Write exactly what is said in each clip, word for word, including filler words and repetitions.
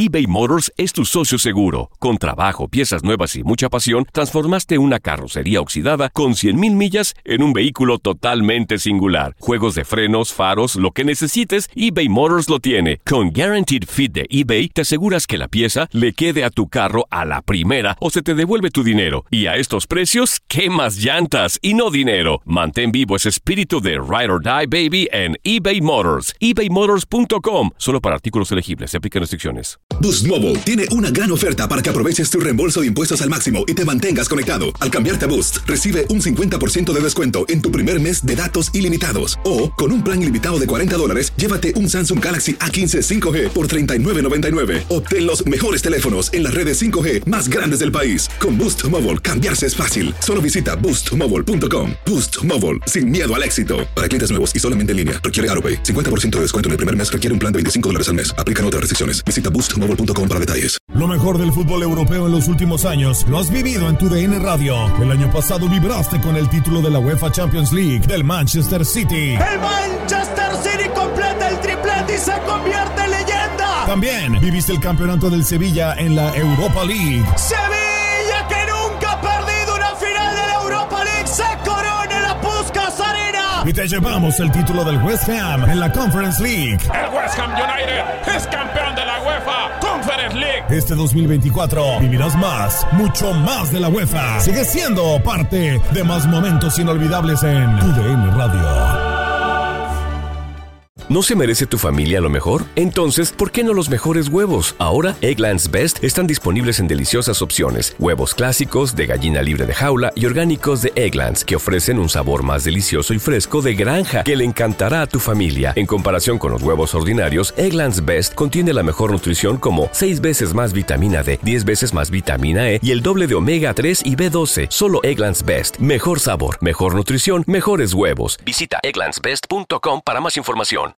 eBay Motors es tu socio seguro. Con trabajo, piezas nuevas y mucha pasión, transformaste una carrocería oxidada con cien mil millas en un vehículo totalmente singular. Juegos de frenos, faros, lo que necesites, eBay Motors lo tiene. Con Guaranteed Fit de eBay, te aseguras que la pieza le quede a tu carro a la primera o se te devuelve tu dinero. Y a estos precios, ¿qué más llantas y no dinero? Mantén vivo ese espíritu de Ride or Die, baby, en eBay Motors. ebay motors punto com. Solo para artículos elegibles. Se aplican restricciones. Boost Mobile tiene una gran oferta para que aproveches tu reembolso de impuestos al máximo y te mantengas conectado. Al cambiarte a Boost, recibe un cincuenta por ciento de descuento en tu primer mes de datos ilimitados. O, con un plan ilimitado de cuarenta dólares, llévate un Samsung Galaxy A quince cinco G por treinta y nueve noventa y nueve. Obtén los mejores teléfonos en las redes cinco G más grandes del país. Con Boost Mobile, cambiarse es fácil. Solo visita boost mobile punto com. Boost Mobile, sin miedo al éxito. Para clientes nuevos y solamente en línea, requiere AutoPay. cincuenta por ciento de descuento en el primer mes, requiere un plan de veinticinco dólares al mes. Aplican otras restricciones. Visita boost mobile punto com para detalles. Lo mejor del fútbol europeo en los últimos años lo has vivido en tu D N Radio. El año pasado vibraste con el título de la UEFA Champions League del Manchester City. El Manchester City completa el triplete y se convierte en leyenda. También viviste el campeonato del Sevilla en la Europa League. Sevilla, que nunca ha perdido una final de la Europa League, se corona en la Puskás Arena. Y te llevamos el título del West Ham en la Conference League. El West Ham United es campeón de la UEFA Conference League. Este dos mil veinticuatro vivirás más, mucho más de la UEFA. Sigue siendo parte de más momentos inolvidables en tu D N Radio. ¿No se merece tu familia lo mejor? Entonces, ¿por qué no los mejores huevos? Ahora, Eggland's Best están disponibles en deliciosas opciones. Huevos clásicos, de gallina libre de jaula y orgánicos de Eggland's, que ofrecen un sabor más delicioso y fresco de granja que le encantará a tu familia. En comparación con los huevos ordinarios, Eggland's Best contiene la mejor nutrición como seis veces más vitamina D, diez veces más vitamina E y el doble de omega tres y B doce. Solo Eggland's Best. Mejor sabor, mejor nutrición, mejores huevos. Visita egglands best punto com para más información.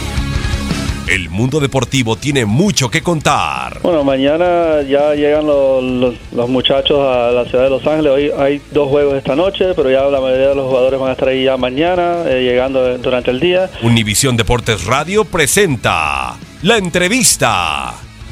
El mundo deportivo tiene mucho que contar. Bueno, mañana ya llegan los, los, los muchachos a la ciudad de Los Ángeles. Hoy hay dos juegos esta noche, pero ya la mayoría de los jugadores van a estar ahí ya mañana, eh, llegando durante el día. Univisión Deportes Radio presenta La Entrevista.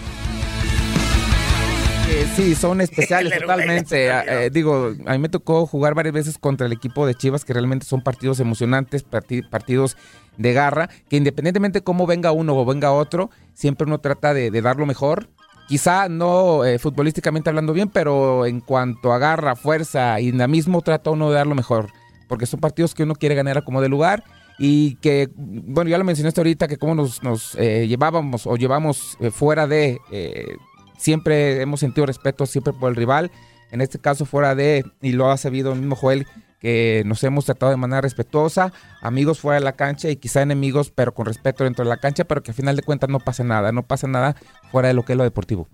Eh, sí, son especiales totalmente. Eh, digo, a mí me tocó jugar varias veces contra el equipo de Chivas, que realmente son partidos emocionantes, partid- partidos de garra, que independientemente cómo venga uno o venga otro, siempre uno trata de, de dar lo mejor. Quizá no eh, futbolísticamente hablando bien, pero en cuanto a garra, fuerza y dinamismo, trata uno de dar lo mejor. Porque son partidos que uno quiere ganar a como de lugar. Y que, bueno, ya lo mencionaste ahorita, que cómo nos, nos eh, llevábamos o llevamos eh, fuera de... Eh, siempre hemos sentido respeto siempre por el rival. En este caso fuera de, y lo ha sabido el mismo Joel, que nos hemos tratado de manera respetuosa, amigos fuera de la cancha y quizá enemigos, pero con respeto dentro de la cancha, pero que al final de cuentas no pasa nada, no pasa nada fuera de lo que es lo deportivo.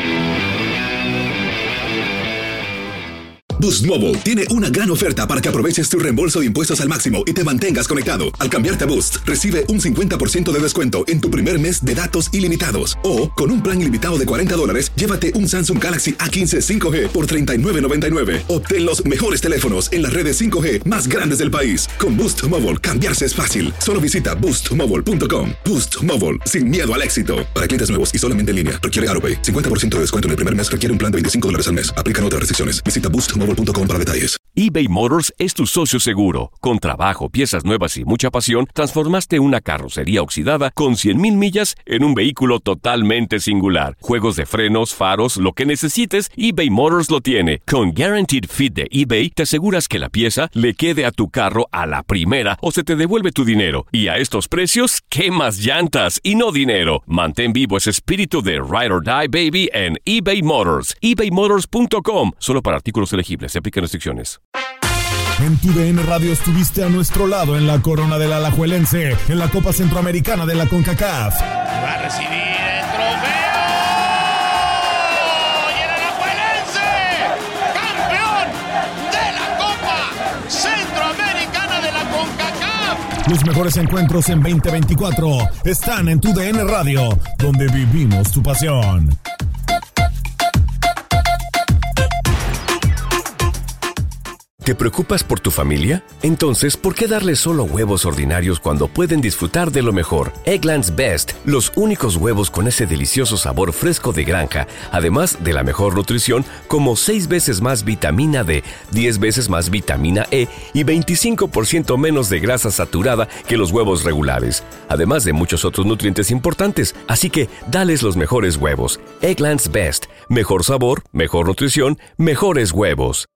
Boost Mobile tiene una gran oferta para que aproveches tu reembolso de impuestos al máximo y te mantengas conectado. Al cambiarte a Boost, recibe un cincuenta por ciento de descuento en tu primer mes de datos ilimitados. O, con un plan ilimitado de cuarenta dólares, llévate un Samsung Galaxy A quince cinco G por treinta y nueve noventa y nueve. Obtén los mejores teléfonos en las redes cinco G más grandes del país. Con Boost Mobile, cambiarse es fácil. Solo visita boost mobile punto com. Boost Mobile, sin miedo al éxito. Para clientes nuevos y solamente en línea, requiere AutoPay. cincuenta por ciento de descuento en el primer mes, requiere un plan de veinticinco dólares al mes. Aplican otras restricciones. Visita boost mobile punto com para detalles. eBay Motors es tu socio seguro. Con trabajo, piezas nuevas y mucha pasión, transformaste una carrocería oxidada con cien mil millas en un vehículo totalmente singular. Juegos de frenos, faros, lo que necesites, eBay Motors lo tiene. Con Guaranteed Fit de eBay, te aseguras que la pieza le quede a tu carro a la primera o se te devuelve tu dinero. Y a estos precios, ¿qué más llantas y no dinero? Mantén vivo ese espíritu de Ride or Die, baby, en eBay Motors. ebay motors punto com. Solo para artículos elegibles. Se aplican restricciones. En tu D N Radio estuviste a nuestro lado en la corona del Alajuelense, en la Copa Centroamericana de la CONCACAF. Va a recibir el trofeo. Y el Alajuelense, campeón de la Copa Centroamericana de la CONCACAF. Los mejores encuentros en veinte veinticuatro están en tu D N Radio, donde vivimos tu pasión. ¿Te preocupas por tu familia? Entonces, ¿por qué darles solo huevos ordinarios cuando pueden disfrutar de lo mejor? Eggland's Best, los únicos huevos con ese delicioso sabor fresco de granja, además de la mejor nutrición, como seis veces más vitamina D, diez veces más vitamina E y veinticinco por ciento menos de grasa saturada que los huevos regulares, además de muchos otros nutrientes importantes. Así que, dales los mejores huevos. Eggland's Best, mejor sabor, mejor nutrición, mejores huevos.